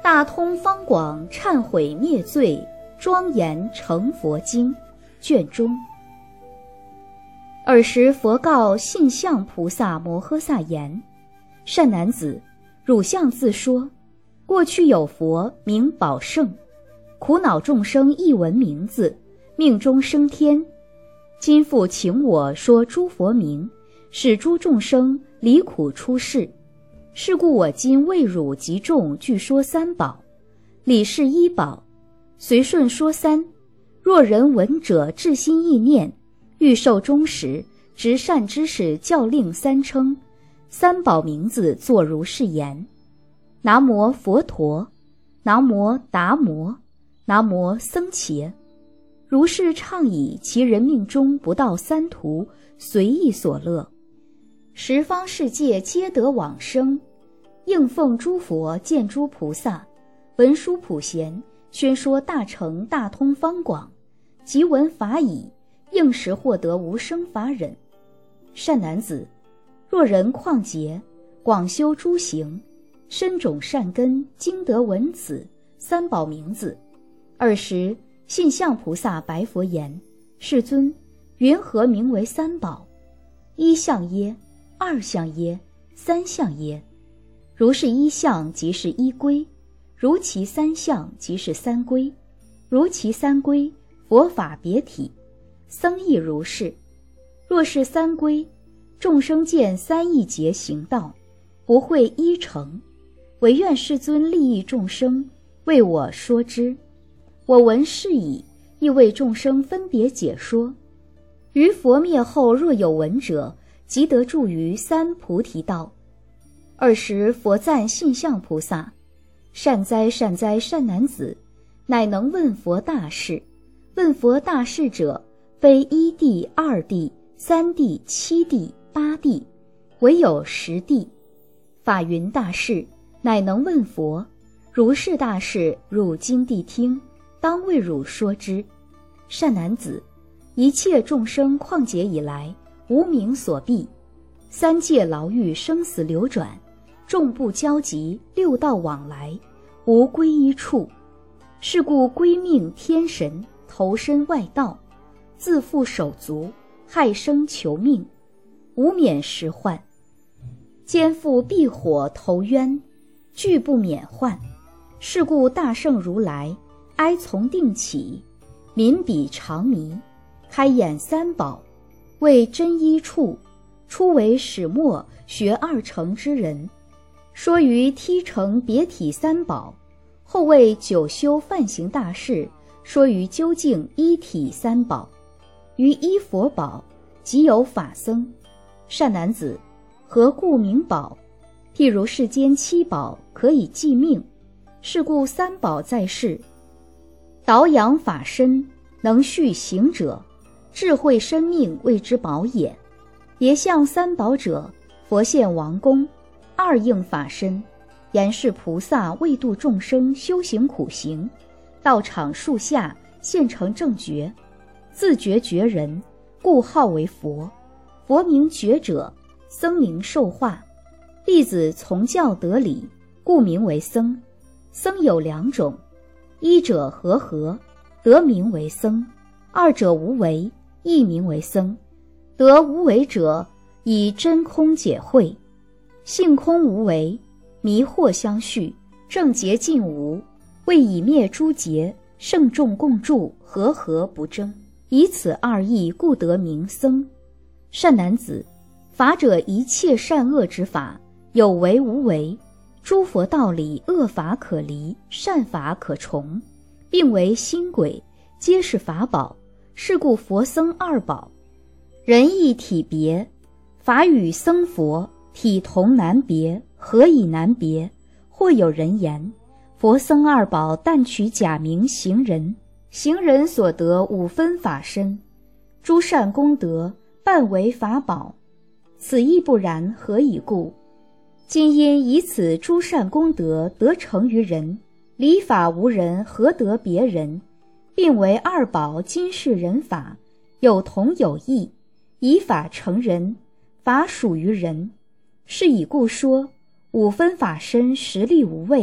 大通方广忏悔灭罪，庄严成佛经卷中。尔时佛告信相菩萨摩诃萨言：善男子，汝相自说，过去有佛名宝胜，苦恼众生一闻名字，命中升天。今复请我说诸佛名，使诸众生离苦出世。是故我今为汝及众具说三宝，理是一宝，随顺说三。若人闻者至心意念，欲受终时，执善知识教令三称。三宝名字作如是言：南无佛陀，南无达摩，南无僧伽。如是唱已，其人命中不到三途，随意所乐。十方世界皆得往生，应奉诸佛见诸菩萨，文殊普贤宣说大乘大通方广，即闻法已，应时获得无生法忍。善男子，若人旷劫，广修诸行，深种善根，经得闻此三宝名字。尔时信相菩萨白佛言：世尊，云何名为三宝？一相耶？二相耶？三相耶？如是一相即是一归，如其三相即是三归，如其三归，佛法别体，僧亦如是。若是三归，众生见三义劫行道，不会依成，唯愿世尊利益众生，为我说之。我闻是已，亦为众生分别解说。于佛灭后，若有闻者，即得住于三菩提道。尔时佛赞信相菩萨：善哉善哉善男子，乃能问佛大事。问佛大事者，非一地二地三地七地八地，唯有十地。法云大事，乃能问佛。如是大事，汝今谛听，当为汝说之。善男子，一切众生旷劫以来，无明所蔽，三界牢狱生死流转，众不交集，六道往来，无归一处。是故归命天神，投身外道，自负手足，害生求命，无免时患。肩负避火投渊，俱不免患。是故大圣如来哀从定起，民比常迷，开演三宝，为真一处，初为始末学二乘之人，说于梯乘别体三宝，后为九修梵行大事，说于究竟一体三宝。于一佛宝，即有法僧。善男子，何故名宝？譬如世间七宝，可以济命。是故三宝在世，导养法身，能续行者，智慧生命谓之宝也。别相三宝者，佛现王宫，二应法身，言是菩萨为度众生修行苦行，道场树下现成正觉，自觉觉人，故号为佛。佛名觉者，僧名受化。弟子从教得理，故名为僧。僧有两种，一者和合，得名为僧；二者无为，亦名为僧。得无为者，以真空解慧，性空无为，迷惑相续，正结尽无，为以灭诸结，圣众共住，和合不争。以此二义，故得名僧。善男子，法者一切善恶之法，有为无为，诸佛道理，恶法可离，善法可从，并为心轨，皆是法宝。是故佛僧二宝，人亦体别。法与僧佛体同难别，何以难别？或有人言，佛僧二宝但取假名行人，行人所得五分法身，诸善功德半为法宝。此亦不然，何以故？今因以此诸善功德得成于人，理法无人，何得别人？并为二宝今世人法，有同有异，以法成人，法属于人。是以故说五分法身实力无畏，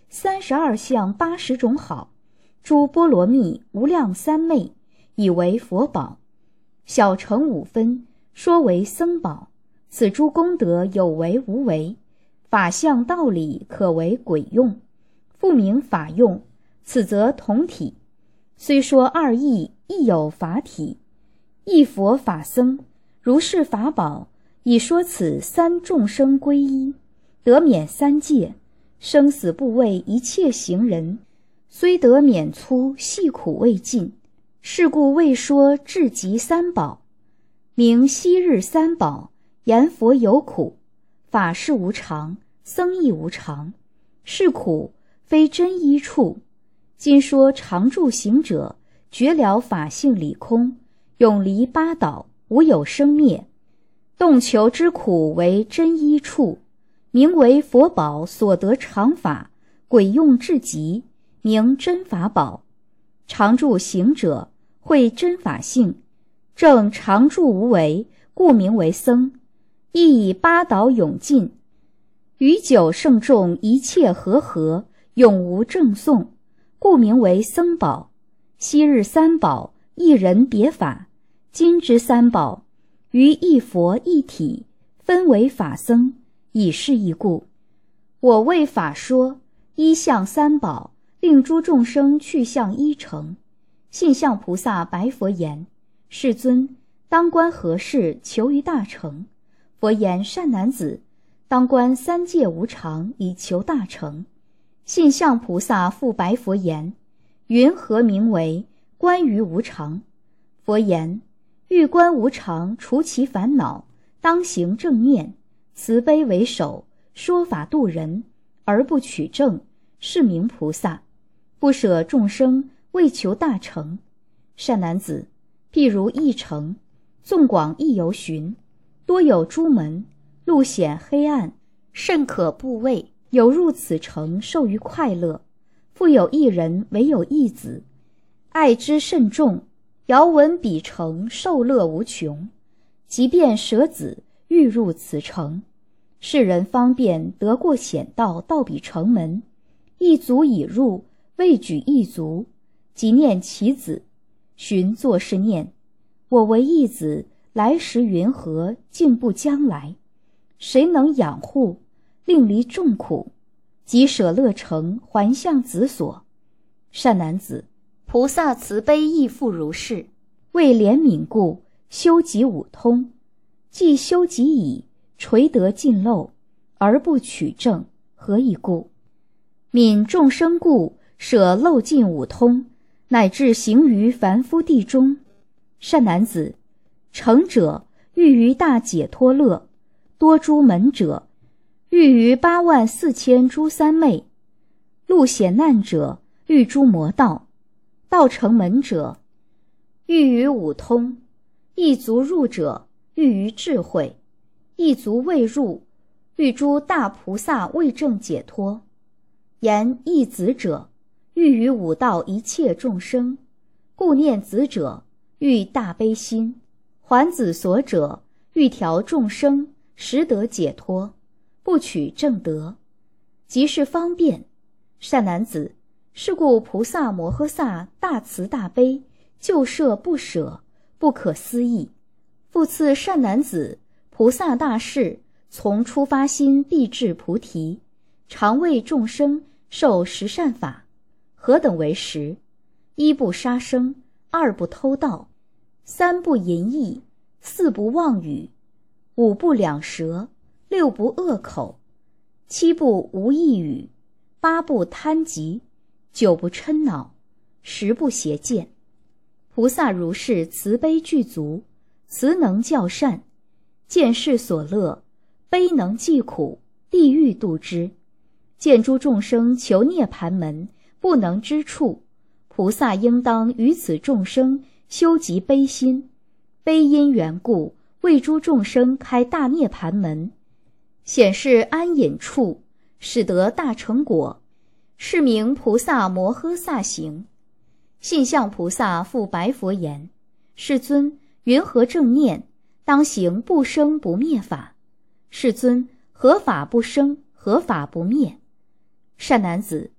32相80种好，诸波罗蜜无量三昧，以为佛宝。小乘5分，说为僧宝。此诸功德有为无为，法相道理可为鬼用，复名法用，此则同体。虽说二义，亦有法体。一佛法僧，如是法宝，以说此三众生归依，得免三界，生死不畏一切行人，虽得免粗，细苦未尽。是故未说至极三宝，名昔日三宝。言佛有苦，法是无常，僧亦无常。是苦非真一处。今说常住行者，绝了法性理空，永离八倒，无有生灭。动求之苦为真一处，名为佛宝所得常法，鬼用至极，名真法宝。常住行者会真法性，正常住无为，故名为僧。亦以八倒永尽，于九圣众一切和，永无正诵，故名为僧宝。昔日三宝一人别法，今之三宝于一佛一体，分为法僧，以是一故。我为法说一向三宝，令诸众生去向一乘。信相菩萨白佛言：世尊，当观何事，求于大乘？佛言：善男子，当观三界无常，以求大成。信相菩萨复白佛言：云何名为观于无常？佛言：欲观无常，除其烦恼，当行正念，慈悲为首，说法度人，而不取正，是名菩萨。不舍众生，为求大成。善男子，譬如一城，纵广亦犹寻，多有诸门，路险黑暗，甚可怖畏。有入此城，受于快乐。复有一人，唯有一子，爱之甚重，遥闻彼城受乐无穷。即便舍子，欲入此城。世人方便得过险道，到彼城门，一足已入，未举一足，即念其子，寻作是念：我为一子，来时云何，竟不将来？谁能养护，令离众苦？即舍乐城，还向子所。善男子，菩萨慈悲亦复如是。为怜悯故，修集五通。既修集矣，垂得尽漏，而不取正，何以故？悯众生故，舍漏尽五通，乃至行于凡夫地中。善男子，成者欲于大解脱乐，多诸门者欲于84000诸三昧，路险难者欲诸魔道，道成门者欲于五通，一足入者欲于智慧，一足未入欲诸大菩萨为正解脱。言一子者欲于五道一切众生，故念子者欲大悲心，还子所者欲调众生，实得解脱，不取正德，即是方便。善男子，是故菩萨摩诃萨大慈大悲，救摄不舍，不可思议。复次善男子，菩萨大士，从初发心必至菩提，常为众生受十善法。何等为十？一不杀生，二不偷盗，三不淫逸，四不妄语，五不两舌，六不恶口，七不无异语，八不贪急，九不嗔恼，十不邪见。菩萨如是慈悲具足，慈能教善，见世所乐，悲能济苦，地狱度之。见诸众生求涅盘门，不能之处，菩萨应当于此众生修集悲心，悲因缘故，为诸众生开大涅盘门，显示安隐处，使得大成果，是名菩萨摩诃萨行。信相菩萨复白佛言：世尊，云何正念？当行不生不灭法。世尊，何法不生，何法不灭？善男子，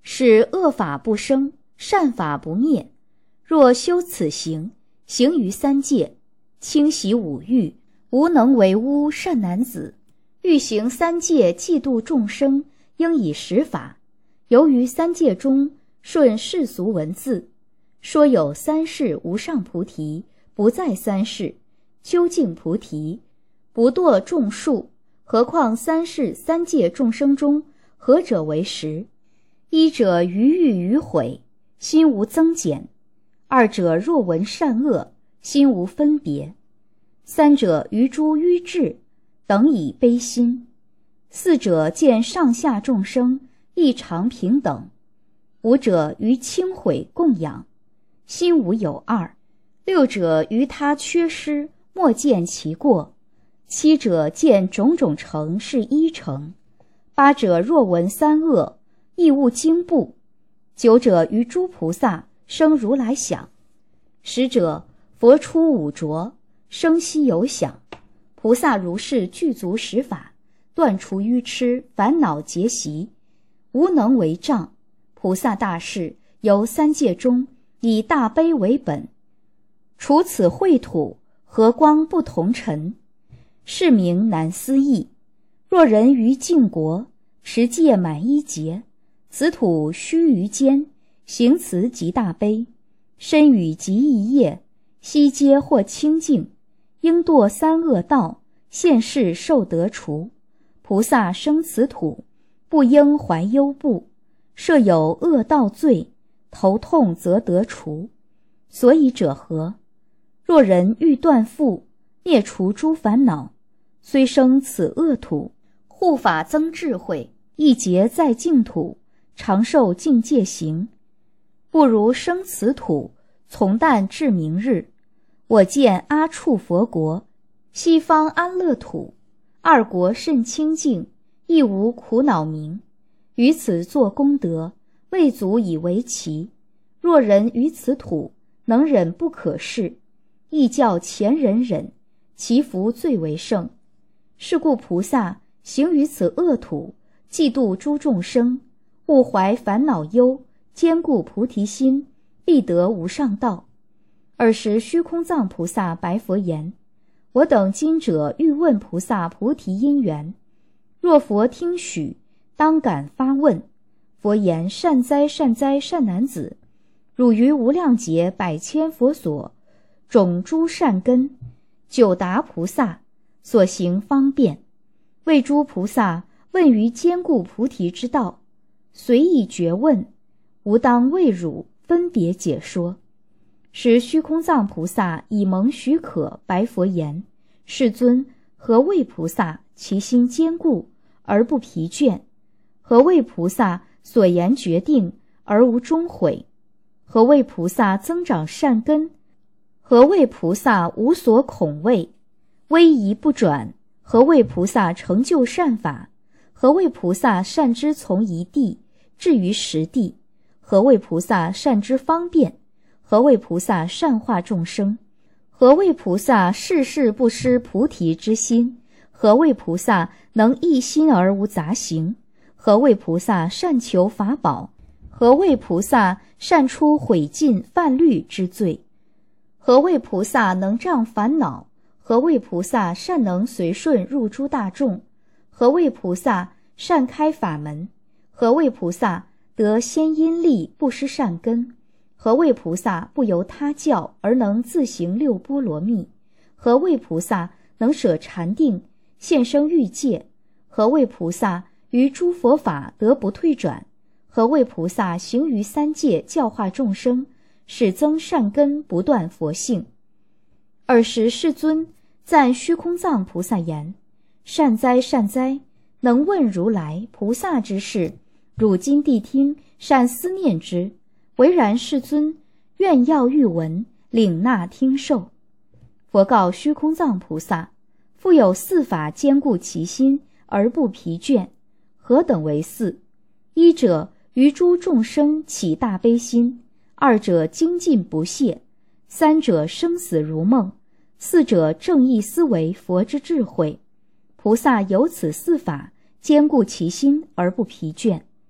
使恶法不生，善法不灭。若修此行，行于三界，清洗五欲，无能为污善男子。欲行三界济度众生，应以十法。由于三界中顺世俗文字，说有三世无上菩提，不在三世；究竟菩提，不堕众数。何况三世三界众生中，何者为实？一者于欲于悔，心无增减；二者若闻善恶，心无分别；三者于诸愚智，等以悲心；四者见上下众生异常平等；五者于轻毁供养，心无有二；六者于他缺失，莫见其过；七者见种种成是一成；八者若闻三恶，亦悟经部；九者于诸菩萨生如来想；十者佛出五浊，生悉有想。菩萨如是具足十法，断除愚痴烦恼结习，无能为障。菩萨大士由三界中以大悲为本，除此秽土，和光不同尘，是名难思议。若人于净国持戒满一劫，此土须臾间，行慈极大悲，身语极一夜，悉皆获清净。应堕三恶道，现世受得除。菩萨生此土，不应怀忧怖。设有恶道罪，头痛则得除。所以者何？若人欲断缚，灭除诸烦恼，虽生此恶土，护法增智慧，一劫在净土，长寿境界行。不如生此土，从旦至明日。我见阿处佛国，西方安乐土，二国甚清净，亦无苦恼名。于此作功德，未足以为奇。若人于此土，能忍不可视，亦教前人忍，其福最为盛。是故菩萨行于此恶土，济度诸众生，勿怀烦恼忧，坚固菩提心，必得无上道。尔时虚空藏菩萨白佛言：我等今者欲问菩萨菩提因缘，若佛听许，当敢发问。佛言：善哉善哉善男子，汝于无量劫百千佛所种诸善根，久达菩萨所行方便，为诸菩萨问于坚固菩提之道，随意决问，吾当为汝分别解说。时虚空藏菩萨以蒙许可，白佛言：世尊，何谓菩萨其心坚固而不疲倦？何谓菩萨所言决定而无终悔？何谓菩萨增长善根？何谓菩萨无所恐畏，威仪不转？何谓菩萨成就善法？何谓菩萨善知从一地至于十地？何谓菩萨善知方便？何谓菩萨善化众生？何谓菩萨事事不失菩提之心？何谓菩萨能一心而无杂行？何谓菩萨善求法宝？何谓菩萨善出毁尽犯律之罪？何谓菩萨能障烦恼？何谓菩萨善能随顺入诸大众？何谓菩萨善开法门？何谓菩萨得先因力不失善根？何谓菩萨不由他教而能自行六波罗蜜？何谓菩萨能舍禅定现生欲界？何谓菩萨于诸佛法得不退转？何谓菩萨行于三界教化众生，使增善根不断佛性？尔时世尊赞虚空藏菩萨言：善哉善哉，能问如来菩萨之事，汝今谛听，善思念之。唯然世尊，愿要欲闻，领纳听受。佛告虚空藏菩萨：复有四法坚固其心而不疲倦，何等为四？一者于诸众生起大悲心，二者精进不懈，三者生死如梦，四者正义思维佛之智慧。菩萨有此四法，坚固其心而不疲倦。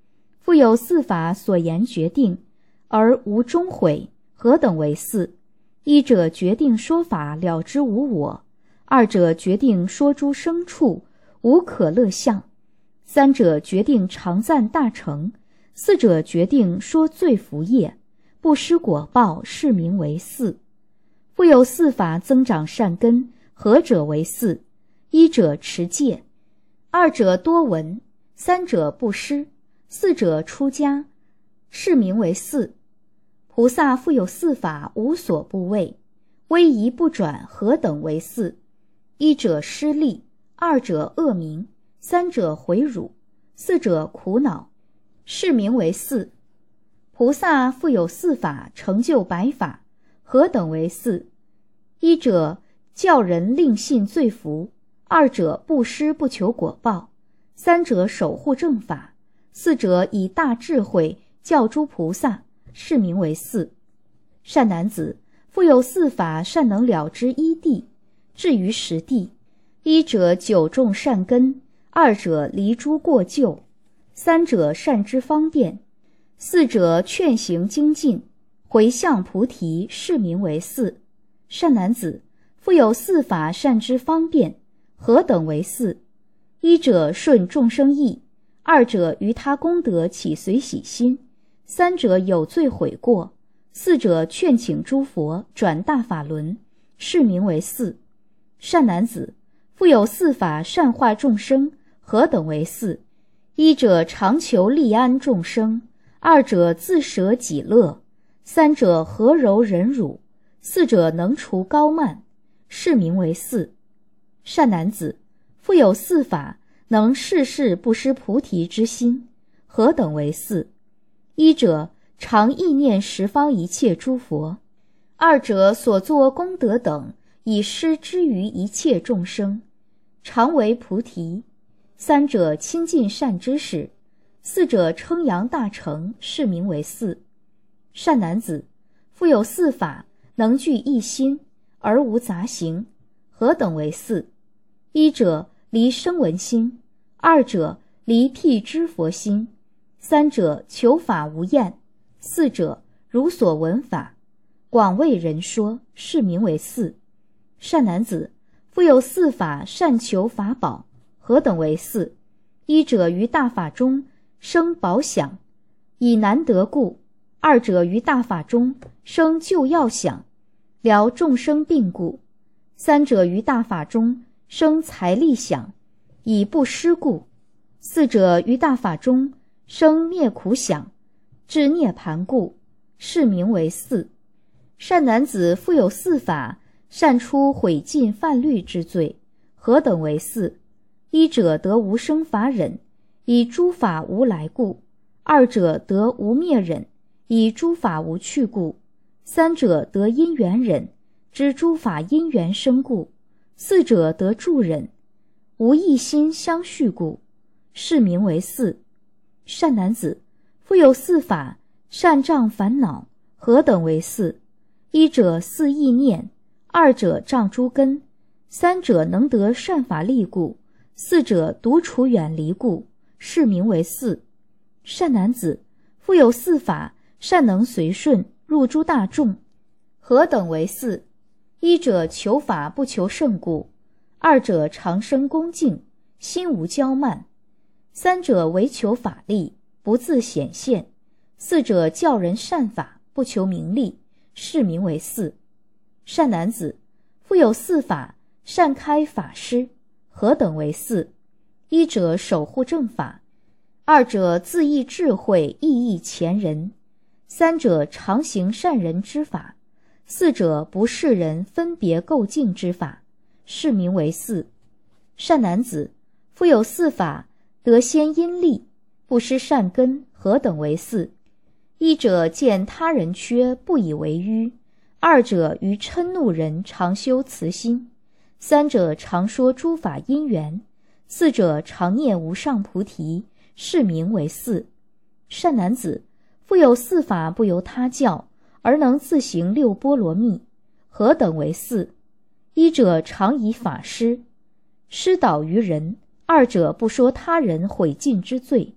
复有四法所言决定，而无终悔，何等为四？一者决定说法了之无我，二者决定说诸生处无可乐相，三者决定常赞大成，四者决定说罪福业，不失果报，是名为四。复有四法增长善根，何者为四？一者持戒，二者多闻，三者布施，四者出家，是名为四。菩萨复有四法，无所不为，威仪不转，何等为四？一者失利，二者恶名，三者毁辱，四者苦恼，是名为四。菩萨复有四法，成就百法，何等为四？一者教人令信罪福，二者布施不求果报，三者守护正法，四者以大智慧教诸菩萨，是名为四。善男子，复有四法，善能了知一谛，至于十谛。一者久种善根，二者离诸过旧，三者善知方便，四者劝行精进，回向菩提，是名为四。善男子，复有四法，善知方便，何等为四？一者顺众生意，二者于他功德起随喜心，三者有罪悔过，四者劝请诸佛转大法轮，是名为四。善男子，复有四法，善化众生，何等为四？一者常求利安众生，二者自舍己乐，三者和柔忍辱，四者能除高慢，是名为四。善男子，复有四法，能事事不失菩提之心，何等为四？一者常意念十方一切诸佛，二者所作功德等以施之于一切众生，常为菩提，三者亲近善知识，四者称扬大成，是名为四。善男子，复有四法，能具一心而无杂行，何等为四？一者离声闻心，二者离辟支佛心，三者求法无厌，四者如所闻法，广为人说，是名为四。善男子，复有四法，善求法宝，何等为四？一者于大法中生宝想，以难得故；二者于大法中生救药想，疗众生病故；三者于大法中生财力想，以不施故；四者于大法中生灭苦想，至涅盘故，是名为四。善男子，复有四法，善出毁尽犯律之罪，何等为四？一者得无生法忍，以诸法无来故；二者得无灭忍，以诸法无去故；三者得因缘忍，知诸法因缘生故；四者得助忍，无一心相续故，是名为四。善男子，复有四法，善障烦恼，何等为四？一者四意念，二者障诸根，三者能得善法力故，四者独处远离故，是名为四。善男子，复有四法，善能随顺入诸大众，何等为四？一者求法不求胜故，二者常生恭敬，心无骄慢，三者唯求法力，不自显现，四者教人善法，不求名利，是名为四。善男子，复有四法，善开法师，何等为四？一者守护正法，二者自益智慧，意益前人，三者常行善人之法，四者不是人分别构境之法，是名为四。善男子，复有四法，得先因利，不失善根，何等为四？一者见他人缺，不以为愚，二者于嗔怒人常修慈心，三者常说诸法因缘，四者常念无上菩提，是名为四。善男子，复有四法，不由他教，而能自行六波罗蜜，何等为四？一者常以法施导于人，二者不说他人毁尽之罪，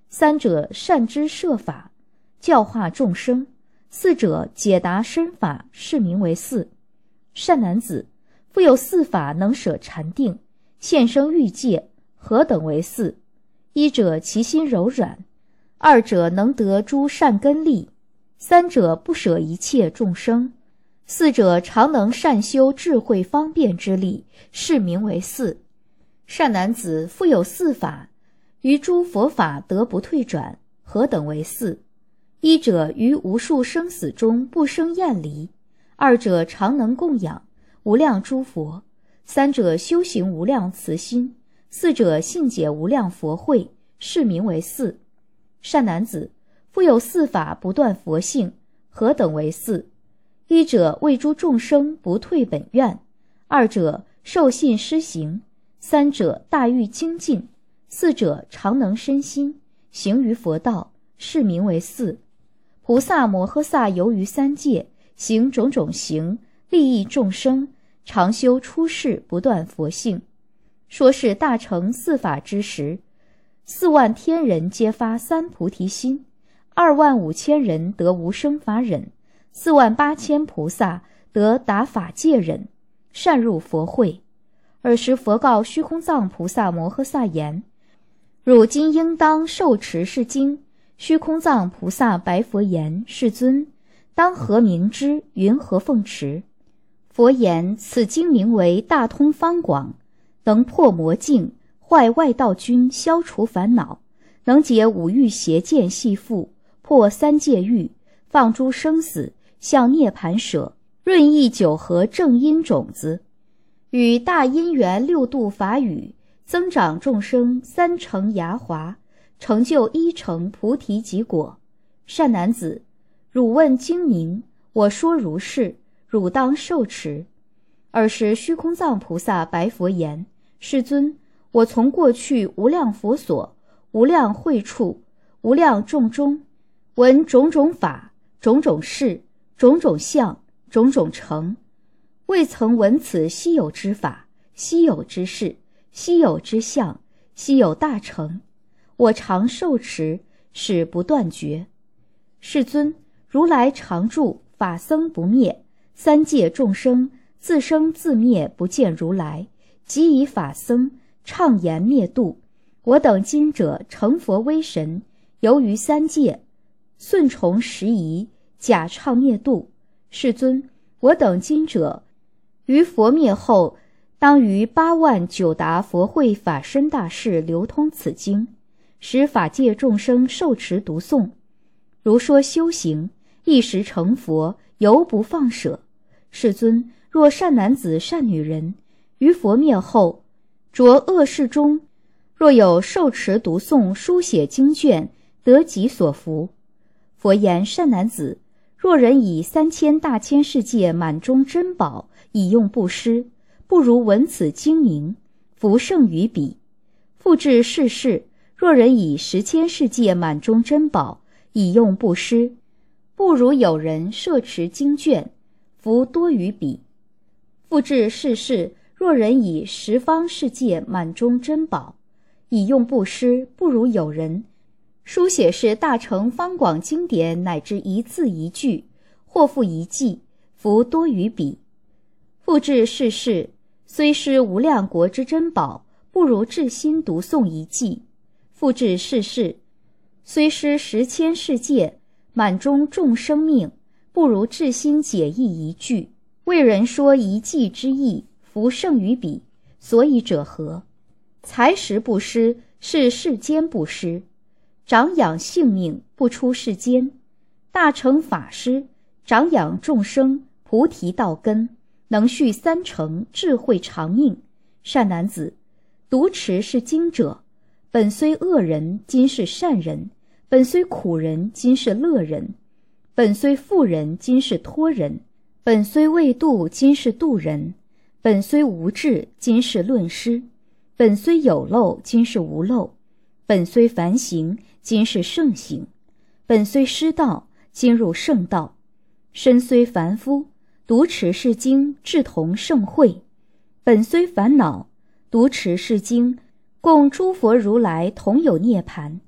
三者善知摄法，教化众生；四者解答身法，是名为四。善男子，复有四法能舍禅定，现生欲界，何等为四？一者其心柔软，二者能得诸善根利，三者不舍一切众生，四者常能善修智慧方便之力，是名为四。善男子，复有四法，于诸佛法得不退转，何等为四？一者于无数生死中不生厌离，二者常能供养无量诸佛，三者修行无量慈心，四者信解无量佛慧，是名为四。善男子，复有四法不断佛性，何等为四？一者为诸众生不退本愿，二者受信施行，三者大欲精进，四者常能身心行于佛道，是名为四。菩萨摩诃萨游于三界，行种种行，利益众生，常修出世不断佛性。说是大成四法之时，4万天人皆发三菩提心，2万5千人得无生法忍，4万8千菩萨得达法界忍，善入佛会。尔时佛告虚空藏菩萨摩诃萨言：汝今应当受持是经。虚空藏菩萨白佛言：世尊，当何名之？云何奉持？佛言：此经名为大通方广，能破魔境，坏外道军，消除烦恼，能解五欲邪见系缚，破三界狱，放诸生死，向涅盘舍，润益九合正因种子，与大因缘六度法语，增长众生3乘牙华，成就1乘菩提己果。善男子，汝问经名，我说如是，汝当受持。尔时虚空藏菩萨白佛言：世尊，我从过去无量佛所、无量会处、无量众中，闻种种法、种种事、种种相、种种成，未曾闻此稀有之法、稀有之事、稀有之相、稀有大成。我常受持，始不断绝。世尊，如来常住，法僧不灭，三界众生自生自灭，不见如来，即以法僧畅言灭度。我等今者成佛威神，游于三界，顺从时宜，假畅灭度。世尊，我等今者于佛灭后，当于8万9达佛会法身大士流通此经，使法界众生受持读诵。如说修行，一时成佛，犹不放舍。世尊，若善男子善女人，于佛灭后，着恶世中，若有受持读诵书写经卷，得己所福。佛言：善男子，若人以3000大千世界满中珍宝以用布施，不如闻此经名，福胜于彼。复至世世，若人以10千世界满中珍宝以用布施，不如有人摄持经卷，福多于彼。复至世世，若人以10方世界满中珍宝以用布施，不如有人书写是大乘方广经典，乃至一字一句，或复一记，福多于彼。复至世世，虽施无量国之珍宝，不如至心读诵一记。复至世世，虽施10千世界满中众生命，不如至心解义一句。为人说一记之意，福胜于彼。所以者何？财食布施是世间布施，长养性命，不出世间；大乘法施，长养众生菩提道根，能续3乘智慧长命。善男子，读持是经者，本虽恶人，今是善人；本虽苦人，今是乐人；本虽富人，今是托人；本虽未度，今是度人；本虽无智，今是论师；本虽有漏，今是无漏；本虽凡行，今是圣行；本虽失道，今入圣道。身虽凡夫，读持是经，志同圣会；本虽烦恼，读持是经，共诸佛如来同有涅盘。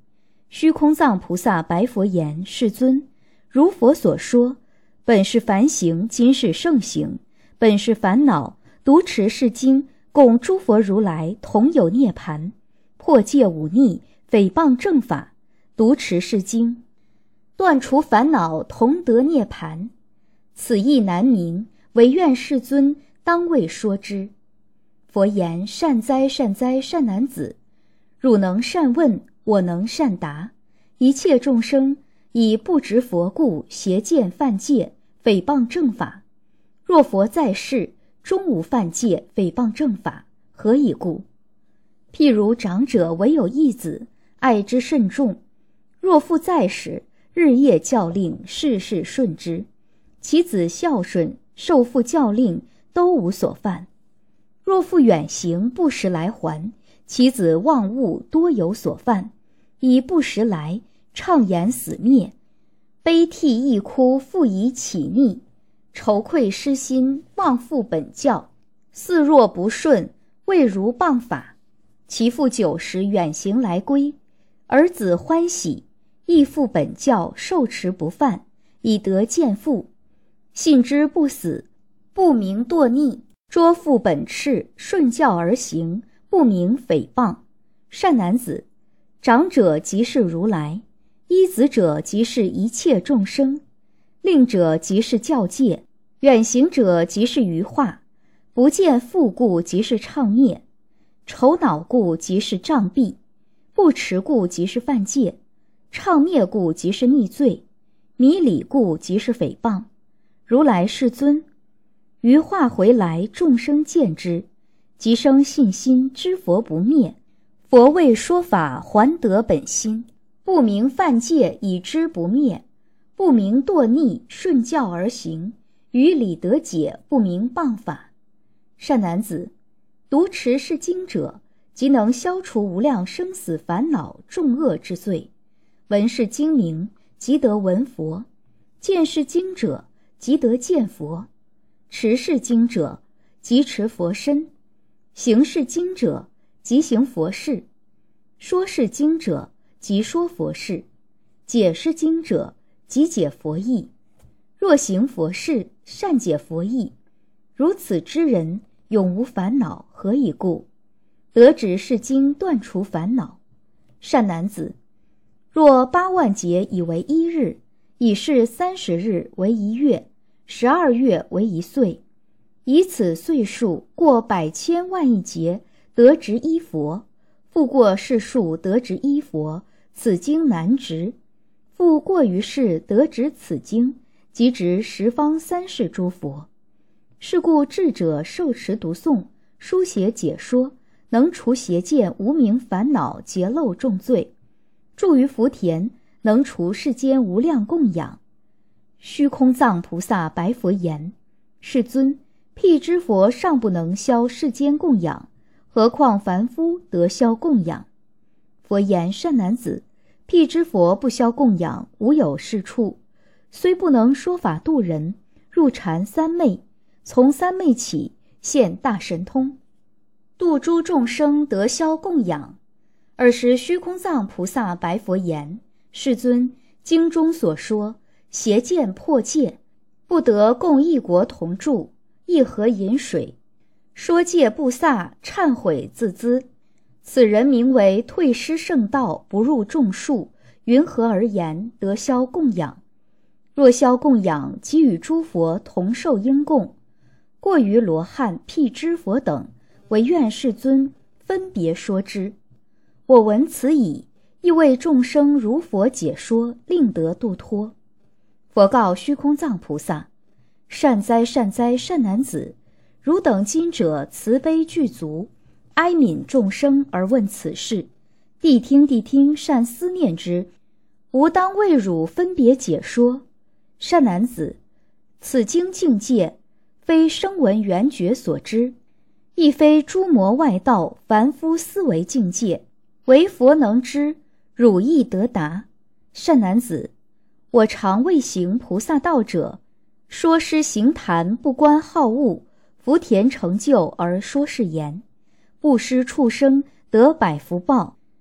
虚空藏菩萨白佛言：世尊，如佛所说，本是凡行，今是圣行；本是烦恼，读持是经，供诸佛如来同有涅盘。破戒忤逆，诽谤正法，读持是经，断除烦恼，同得涅盘。此意难明，唯愿世尊当为说之。佛言：善哉善哉，善男子，汝能善问，我能善答。一切众生以不执佛故，邪见犯戒，诽谤正法。若佛在世，终无犯戒，诽谤正法，何以故？譬如长者唯有一子，爱之甚重，若父在时，日夜教令，事事顺之，其子孝顺，受父教令，都无所犯。若父远行，不时来还，其子忘物，多有所犯，以不时来，畅言死灭，悲涕亦哭，复以起逆，愁愧失心，忘复本教，似若不顺，未如谤法。其父久时远行来归，儿子欢喜，亦复本教，受持不犯，以得见父。信之不死，不明堕逆，捉复本赤，顺教而行，不明诽谤。善男子，长者即是如来，依子者即是一切众生，令者即是教戒，远行者即是余化，不见父故即是畅灭，愁恼故即是障蔽，不持故即是犯戒，畅灭故即是逆罪，迷理故即是诽谤。如来世尊，余化回来，众生见之，即生信心，知佛不灭。佛为说法，还得本心，不明犯戒，以知不灭，不明堕逆，顺教而行，于理得解，不明谤法。善男子，读持是经者，即能消除无量生死烦恼众恶之罪。闻是经名，即得闻佛；见是经者，即得见佛；持是经者，即持佛身；行是经者，即行佛事；说是经者，即说佛事；解是经者，即解佛义。若行佛事，善解佛义，如此之人，永无烦恼，何以故？得指是经，断除烦恼。善男子，若8万劫以为1日，以是30日为1月，12月为1岁，以此岁数过百千万亿劫，得值一佛；复过世数，得值一佛，此经难值；复过于世，得值此经，即值十方三世诸佛。是故智者受持读诵，书写解说，能除邪见无明烦恼劫漏重罪，住于福田，能除世间无量供养。虚空藏菩萨白佛言：世尊，辟支佛尚不能消世间供养，何况凡夫得消供养？佛言：善男子，辟支佛不消供养，无有是处，虽不能说法度人，入禅三昧，从三昧起，现大神通，度诸众生得消供养。尔时虚空藏菩萨白佛言：世尊，经中所说，邪见破戒，不得共一国同住，一河饮水，说戒不萨，忏悔自恣。此人名为退失圣道，不入众数，云何而言得消供养？若消供养，即与诸佛同受应供。过于罗汉、辟支佛等，唯愿世尊分别说之。我闻此已，亦为众生如佛解说，令得度脱。佛告虚空藏菩萨：善哉善哉，善男子，汝等今者慈悲具足，哀悯众生而问此事，谛听谛听，善思念之，吾当为汝分别解说。善男子，此经境界，非声闻缘觉所知，亦非诸魔外道凡夫思维境界，唯佛能知，汝亦得达。善男子，我常为行菩萨道者，说师行谈，不观好恶，福田成就而说是言，布施畜生得百福报，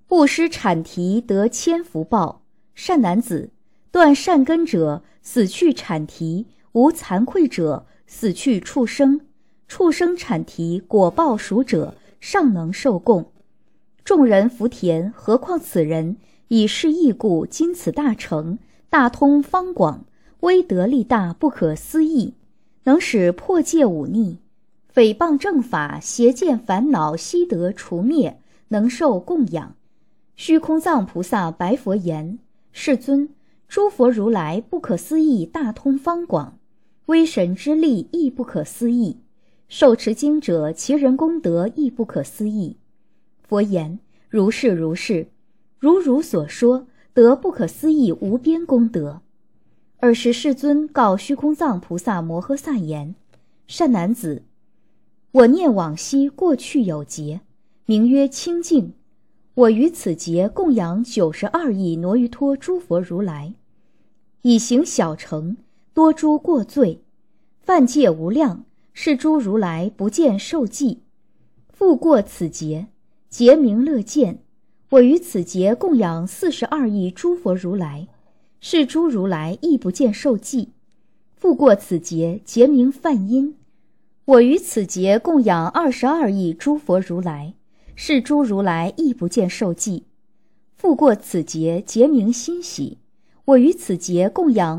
布施产提得千福报。善男子，断善根者死去产提，无惭愧者死去畜生。畜生产提果报熟者，尚能受供。众人福田，何况此人以是义故，今此大成，大通方广，威德力大，不可思议，能使破戒忤逆，诽谤正法，邪见烦恼悉得除灭，能受供养。虚空藏菩萨白佛言：世尊，诸佛如来不可思议大通方广，威神之力亦不可思议，受持经者其人功德亦不可思议。佛言：如是如是，如所说，得不可思议无边功德。尔时世尊告虚空藏菩萨摩诃萨言：善男子，我念往昔过去有劫，名曰清净。我于此劫供养92亿挪于托诸佛如来，以行小乘，多诸过罪，犯戒无量，是诸如来不见受记。复过此劫，劫名乐见，我于此劫供养42亿诸佛如来，是诸如来亦不见受记。复过此劫，劫名梵音，我于此劫供养22亿诸佛如来，是诸如来亦不见受记。复过此劫，劫名欣喜，我于此劫供养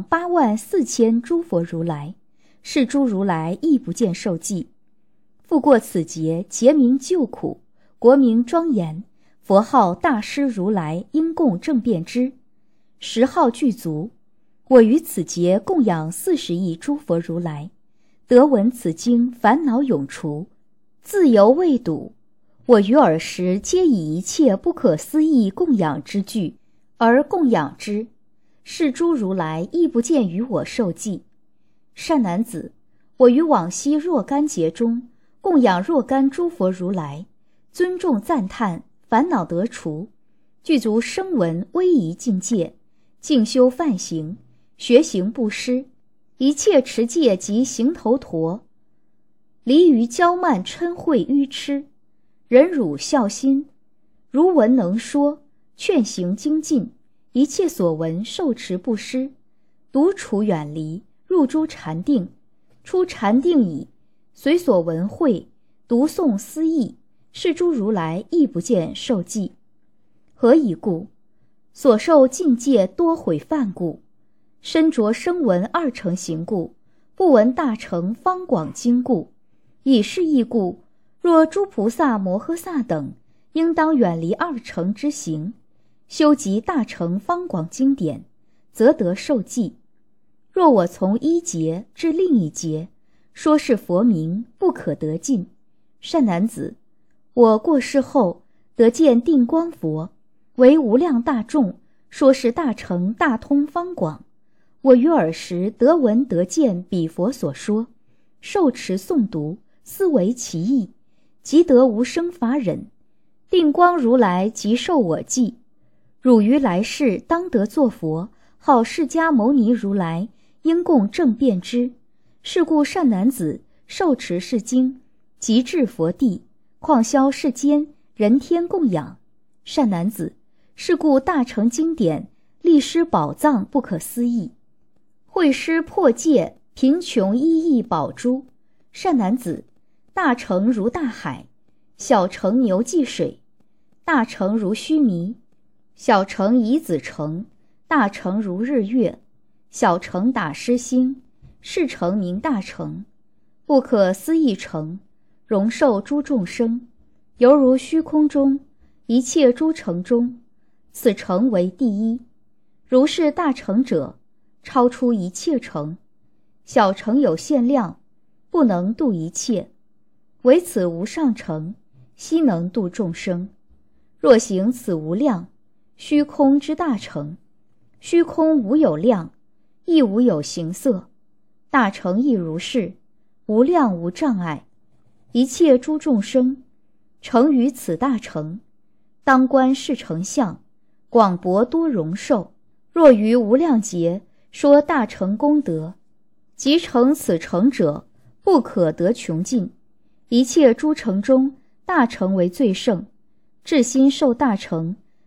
84000诸佛如来，是诸如来亦不见受记。复过此劫，劫名救苦，国名庄严，佛号大师如来，应供正遍知，10号具足。我于此劫供养40亿诸佛如来，得闻此经，烦恼永除，自由未睹。我于尔时皆以一切不可思议供养之具而供养之，是诸如来亦不见于我受记。善男子，我于往昔若干劫中供养若干诸佛如来，尊重赞叹，烦恼得除，具足声闻威仪境界，静修梵行，学行布施，一切持戒及行头陀，离于骄慢嗔恚愚痴，忍辱孝心，如闻能说，劝行精进，一切所闻受持布施，独处远离，入诸禅定，出禅定已，随所闻会，读诵思议，是诸如来亦不见受记。何以故？所受禁戒多毁犯故，身着声闻2乘行故，不闻大乘方广经故。以是义故，若诸菩萨摩诃萨等，应当远离2乘之行，修习大乘方广经典，则得受记。若我从一劫至另一劫，说是佛名，不可得尽。善男子，我过世后得见定光佛，为无量大众，说是大乘大通方广。我于尔时得闻得见彼佛所说，受持诵读，思维其意，即得无生法忍。定光如来即受我记，汝于来世当得作佛，号释迦牟尼如来，应供正遍知。是故善男子，受持是经，即至佛地，况消世间人天供养。善男子，是故大乘经典，历施宝藏不可思议，会施破戒，贫穷一亿宝珠。善男子，大乘如大海，小乘牛济水，大乘如须弥，小乘夷子城，大乘如日月，小乘打狮星，是乘名大乘，不可思议乘，容受诸众生，犹如虚空中一切诸乘中，此乘为第一。如是大乘者，超出一切乘，小乘有限量，不能度一切，唯此无上乘，悉能度众生。若行此无量虚空之大乘，虚空无有量，亦无有形色，大乘亦如是，无量无障碍。一切诸众生成于此大乘，当观是成相，广博多容寿。若于无量劫说大乘功德，即成此乘者，不可得穷尽。一切诸乘中，大乘为最胜，至心受大乘，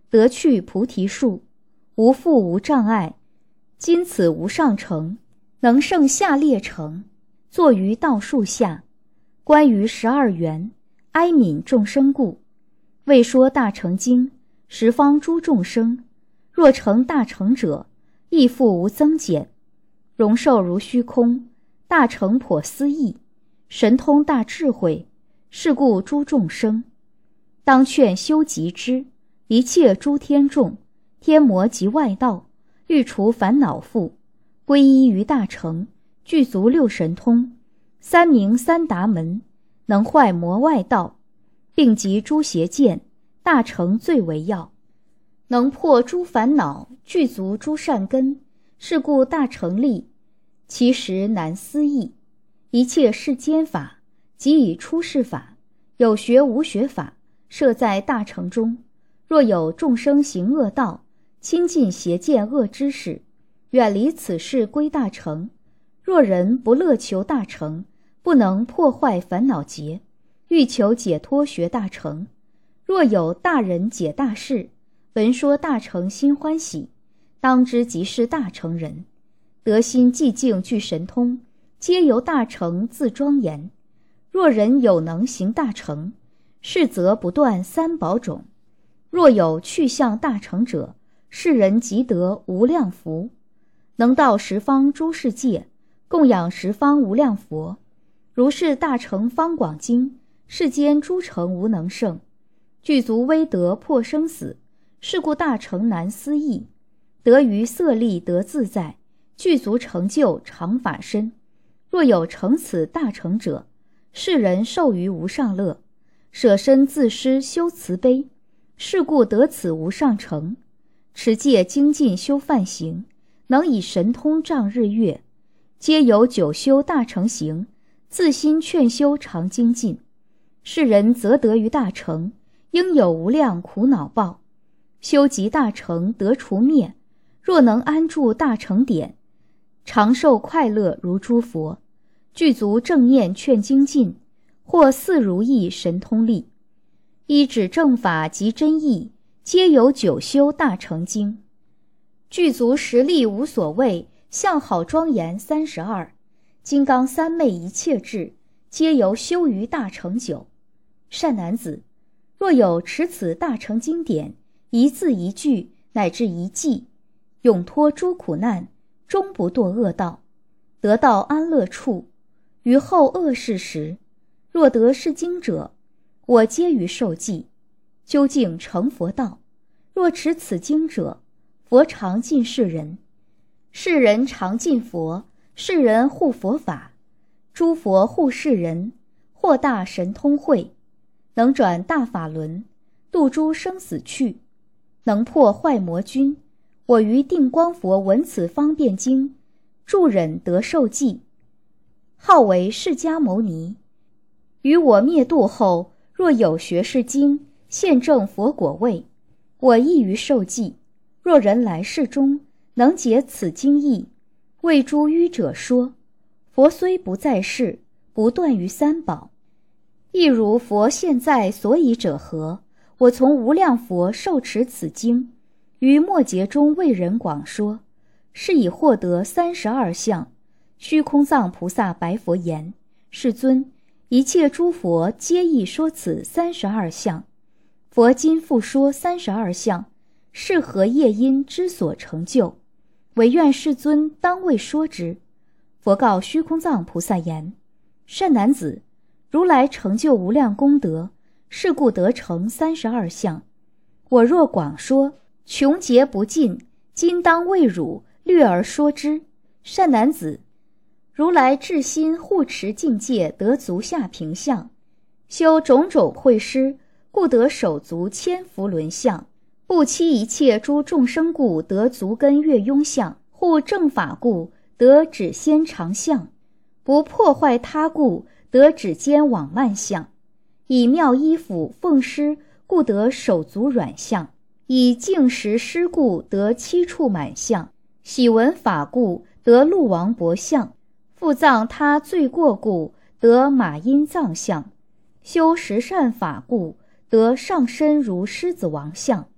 得去菩提树，无复无障碍。今此无上乘，能胜下列乘，坐于道树下，观于12缘，哀悯众生故。为说大乘经，十方诸众生，若成大乘者，亦复无增减，容寿如虚空，大乘颇思议，神通大智慧，是故诸众生当劝修集之，一切诸天众、天魔及外道，欲除烦恼缚，皈依于大乘，具足六神通，三明三达门，能坏魔外道，并集诸邪见，大乘最为要，能破诸烦恼，具足诸善根，是故大乘力，其实难思议。一切世间法，即以出世法，有学无学法，设在大乘中。若有众生行恶道，亲近邪见恶知识，远离此事归大乘。若人不乐求大乘，不能破坏烦恼结，欲求解脱学大乘。若有大人解大事，闻说大乘心欢喜，当知即是大乘人。得心寂静具神通，皆由大乘自庄严。若人有能行大乘，是则不断三宝种。若有去向大乘者，是人即得无量福，能到十方诸世界，供养十方无量佛。如是大乘方广经，世间诸乘无能胜，具足威德破生死，是故大乘难思议。得于色力得自在，具足成就常法身。若有成此大乘者，是人受于无上乐，舍身自施修慈悲，是故得此无上乘。持戒精进修梵行，能以神通障日月，皆有九修大乘行，自心劝修常精进。是人则得于大乘，应有无量苦恼报。修集大乘得除灭，若能安住大乘典，长寿快乐如诸佛，具足正念劝精进，或四如意神通力。依止正法及真义，皆有九修大乘经。具足实力无所谓，相好庄严32，金刚三昧一切智，皆由修于大乘九。善男子，若有持此大乘经典，一字一句乃至一记，永脱诸苦难，终不堕恶道，得到安乐处。于后恶世时，若得是经者，我皆于受记，究竟成佛道。若持此经者，佛常尽世人，世人常尽佛，世人护佛法，诸佛护世人，获大神通慧，能转大法轮，度诸生死趣，能破坏魔君。我于定光佛闻此方便经，助忍得受记，号为释迦牟尼。于我灭度后，若有学是经，现证佛果位，我亦于受记。若人来世中能解此经义，为诸愚者说，佛虽不在世，不断于三宝。亦如佛现在所以者何？我从无量佛受持此经，于末劫中为人广说，是以获得32相。虚空藏菩萨白佛言：世尊，一切诸佛皆亦说此32相。佛今复说32相，是何业因之所成就？唯愿世尊当为说之。佛告虚空藏菩萨言：善男子，如来成就无量功德，是故得成32相。我若广说，穷劫不尽，今当为汝略而说之。善男子，如来至心护持境界，得足下平相，修种种慧施，故得手足千福轮相，不欺一切诸众生故，得足根月雍相，护正法故，得指仙长相，不破坏他故，得指尖网慢相，以妙衣服奉施，故得手足软相，以净食施故，得七处满相，喜闻法故，得鹿王脖相，复葬他罪过故，得马音藏相，修十善法故，得上身如狮子王相，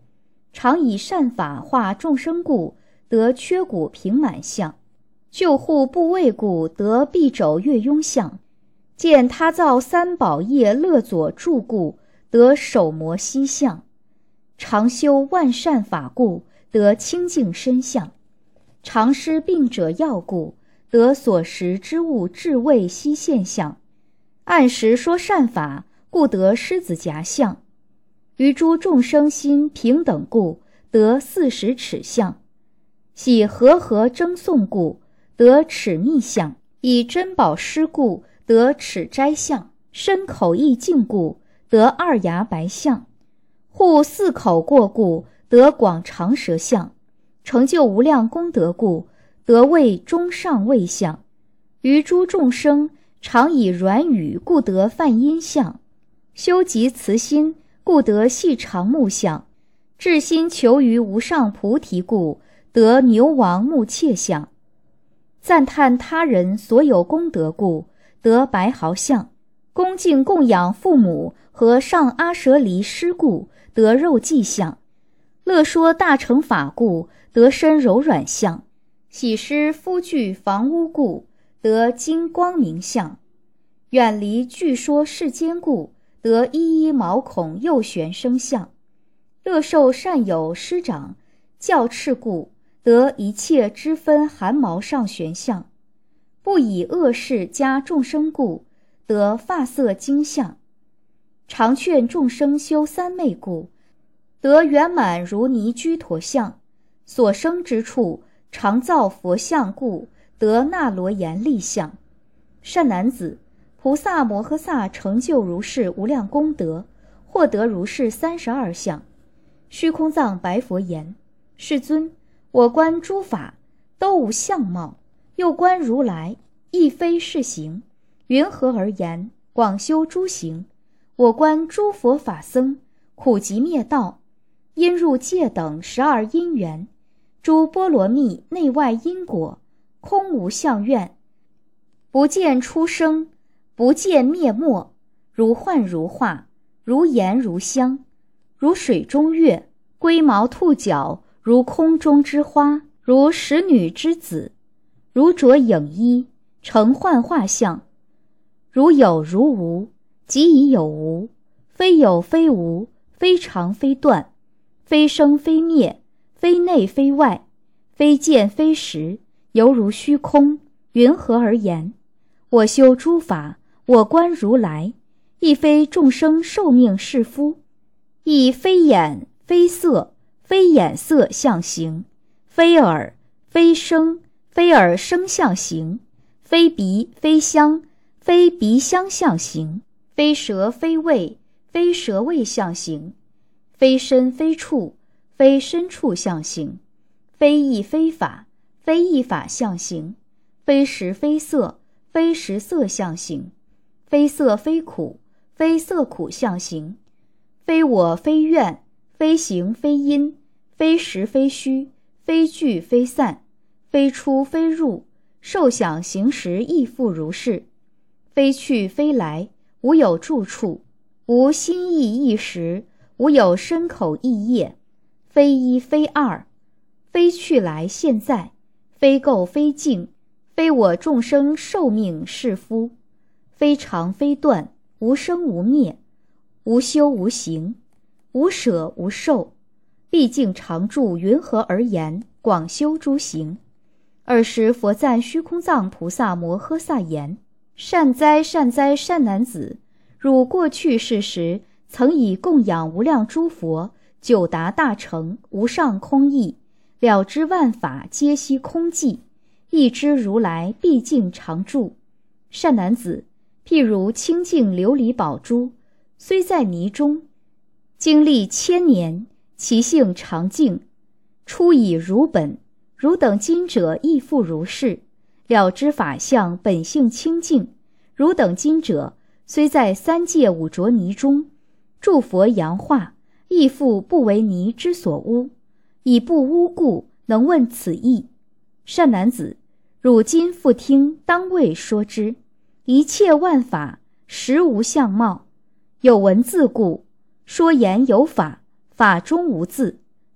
常以善法化众生故，得缺骨平满相；救护部位故，得臂肘月拥相；见他造三宝业乐左助故，得手摩膝相；常修万善法故，得清净身相；常施病者药故，得所食之物至味悉现象；按时说善法，故得狮子夹相；于诸众生心平等故，得40尺相；喜和争颂故，得齿密相；以珍宝施故，得齿斋相；身口意净故，得二牙白相；护4口过故，得广长舌相；成就无量功德故，得为中上位相；于诸众生常以软语故，得梵音相；修集慈心故，得细长目相；至心求于无上菩提故，得牛王目切相；赞叹他人所有功德故，得白毫相；恭敬供养父母和上阿舍离师故，得肉髻相；乐说大乘法故，得身柔软相；喜施夫具房屋故，得金光明相；远离据说世间故，得一一毛孔右旋生相；乐受善友师长教敕故，得一切之分汗毛上旋相；不以恶事加众生故，得发色金相；常劝众生修三昧故，得圆满如尼居陀相；所生之处常造佛像故，得那罗延力相。善男子，菩萨摩诃萨成就如是无量功德，获得如是32相。虚空藏白佛言：世尊，我观诸法都无相貌，又观如来亦非是形，云何而言广修诸行？我观诸佛法僧苦集灭道，因入界等12因缘，诸波罗蜜内外因果，空无相愿，不见出生，不见灭没，如幻如化，如盐如香，如水中月，龟毛兔角，如空中之花，如使女之子，如着影衣，成幻化相，如有如无，即已有无，非有非无，非常非断，非生非灭，非内非外，非见非实，犹如虚空，云何而言？我修诸法，我观如来，亦非众生寿命是夫，亦非眼非色非眼色相形，非耳非声非耳声相形，非鼻非香非鼻香相形，非舌非味非舌味相形，非身非处非身处相形，非意非法非意法相形，非时非色非时色相形，非色非苦非色苦相形，非我非愿非行非因，非实非虚，非聚非散，非出非入，受想行识亦复如是，非去非来，无有住处，无心意意识，无有身口意业，非一非二，非去来现在，非垢非净，非我众生寿命是夫，非常非断，无生无灭，无修无行，无舍无受，毕竟常住，云何而言广修诸行？尔时佛赞虚空藏菩萨摩诃萨言：善哉善哉善男子，汝过去世时曾以供养无量诸佛，久达大成无上空义，了知万法皆悉空寂，亦知如来毕竟常住。善男子，譬如清净琉璃宝珠，虽在泥中，经历千年，其性常净，出以如本，汝等今者亦复如是，了知法相本性清净。汝等今者虽在三界五浊泥中，诸佛扬化，亦复不为泥之所污，以不污故能问此义。善男子，汝今复听，当为说之。一切万法实无相貌，有文字故，说言有法，法中无字，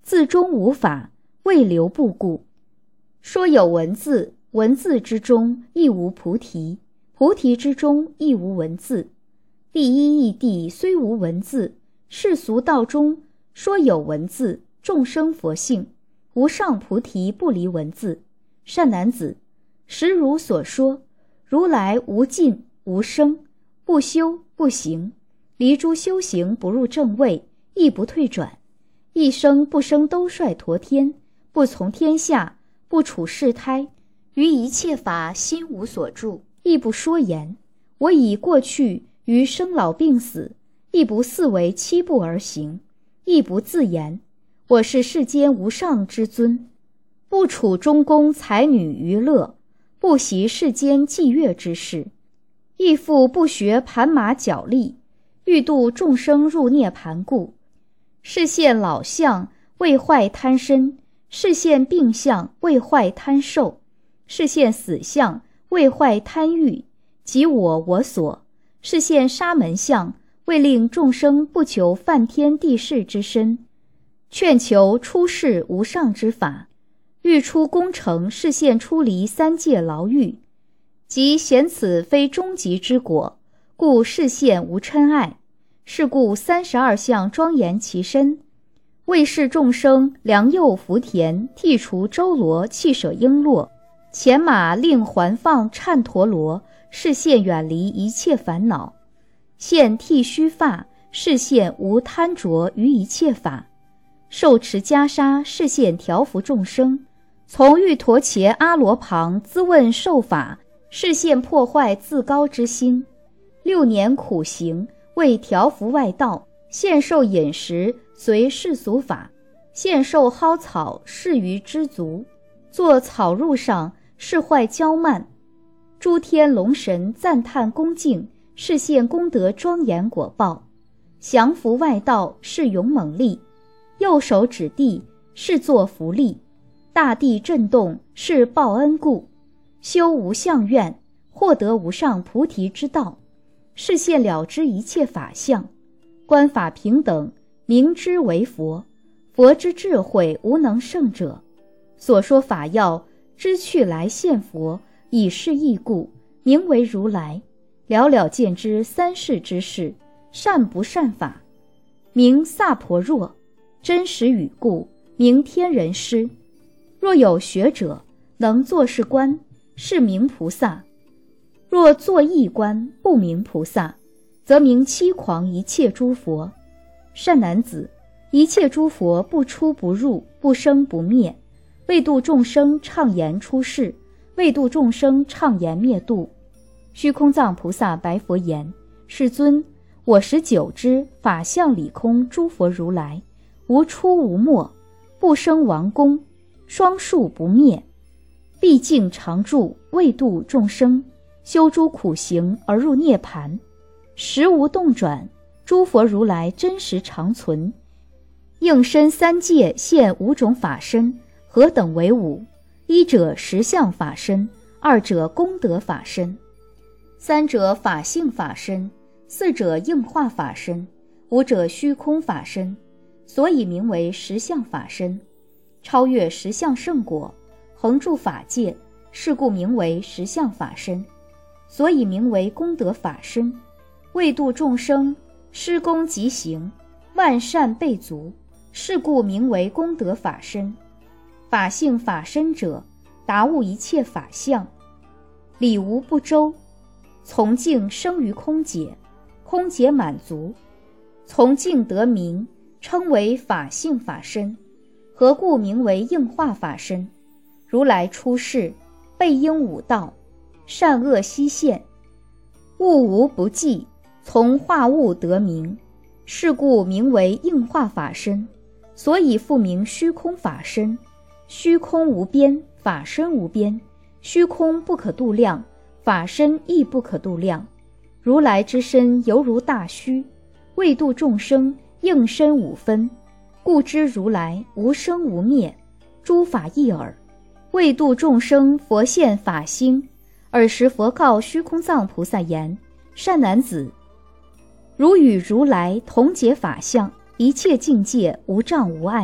字中无法，未留不故。说有文字，文字之中亦无菩提，菩提之中亦无文字。第一义谛虽无文字，世俗道中说有文字，众生佛性，无上菩提不离文字。善男子，实如所说，如来无尽无生，不修不行，离诸修行不入正位，亦不退转，一生不生兜率陀天，不从天下，不处世胎，于一切法心无所住，亦不说言。我以过去于生老病死，亦不四为七步而行，亦不自言我是世间无上之尊，不处中宫才女娱乐，不习世间伎乐之事，亦复不学盘马脚力，欲度众生入涅盘故。是现老相，为坏贪身；是现病相，为坏贪寿；是现死相，为坏贪欲，即我所；是现沙门相，为令众生不求梵天地势之身，劝求出世无上之法。欲出功成，是现出离三界牢狱，即显此非终极之果，故是现无嗔爱。是故32相庄严其身，为是众生良诱福田，剔除周罗，弃舍璎珞，遣马令还放颤陀罗，是现远离一切烦恼。现剃须发，是现无贪着于一切法。受持袈裟，是现调伏众生。从玉陀伽阿罗旁咨问受法，是现破坏自高之心。6年苦行，为调伏外道，现受饮食，随世俗法；现受蒿草，适于知足。坐草褥上，是坏骄慢。诸天龙神赞叹恭敬，是现功德庄严果报。降伏外道，是勇猛力。右手指地，是作福力。大地震动，是报恩故。修无相愿，获得无上菩提之道，是现了知一切法相。观法平等，明知为佛。佛之智慧无能胜者。所说法要，知去来现佛，以是义故，名为如来。了了见知三世之事，善不善法，名萨婆若；真实语故，名天人师。若有学者，能作是观，是名菩萨；若作意观，不名菩萨，则名欺诳一切诸佛。善男子，一切诸佛不出不入，不生不灭，为度众生畅言出世，为度众生畅言灭度。虚空藏菩萨白佛言：世尊，我19之法相理空诸佛如来，无出无没，不生王宫，双数不灭，毕竟常住，为度众生，修诸苦行而入涅盘，实无动转。诸佛如来真实常存，应身三界现5种法身，何等为5？一者实相法身，二者功德法身，三者法性法身，四者应化法身，五者虚空法身，所以名为实相法身。超越实相圣果，恒住法界，是故名为实相法身，所以名为功德法身。为度众生，施功极行，万善备足，是故名为功德法身。法性法身者，达悟一切法相，理无不周，从境生于空解，空解满足，从境得名，称为法性法身。何故名为应化法身？如来出世，备应五道，善恶悉现，物无不济，从化物得名，是故名为应化法身。所以复名虚空法身。虚空无边，法身无边，虚空不可度量，法身亦不可度量。如来之身犹如大虚，为度众生，应身5分，故知如来无生无灭，诸法一耳。为度众生，佛现法心。尔时佛告虚空藏菩萨言：善男子，如与如来同解法相，一切境界无障无碍。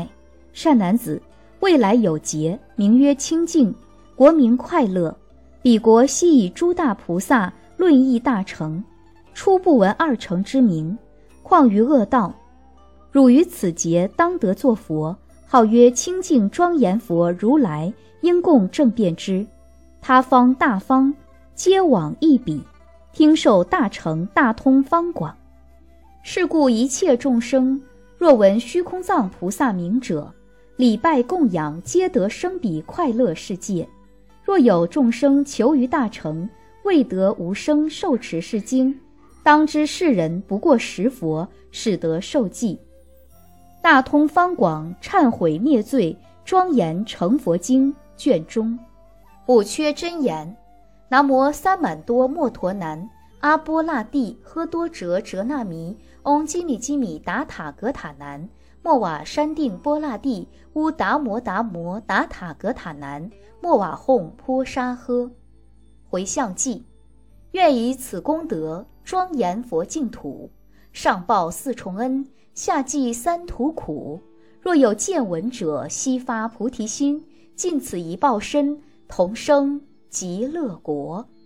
善男子，未来有劫，名曰清净，国民快乐。彼国悉以诸大菩萨论议大乘，初不闻二乘之名，况于恶道。汝于此劫当得作佛，号曰清净庄严佛如来，应供正遍之。他方大方，皆往一彼，听受大乘大通方广。是故一切众生，若闻虚空藏菩萨名者，礼拜供养，皆得生彼快乐世界。若有众生求于大乘，未得无生受持是经，当知世人不过十佛，使得受记。大通方广忏悔灭罪庄严成佛经卷中，补缺真言。南无三满多摩陀南，阿波那帝呵多哲哲那弥，嗡基米基米达塔格塔南，莫瓦山定波那帝乌达摩达摩达塔格塔南，莫瓦哄波沙呵。回向记。愿以此功德庄严佛净土，上报四重恩，下济三途苦。若有见闻者，悉发菩提心，尽此一报身，同生极乐国。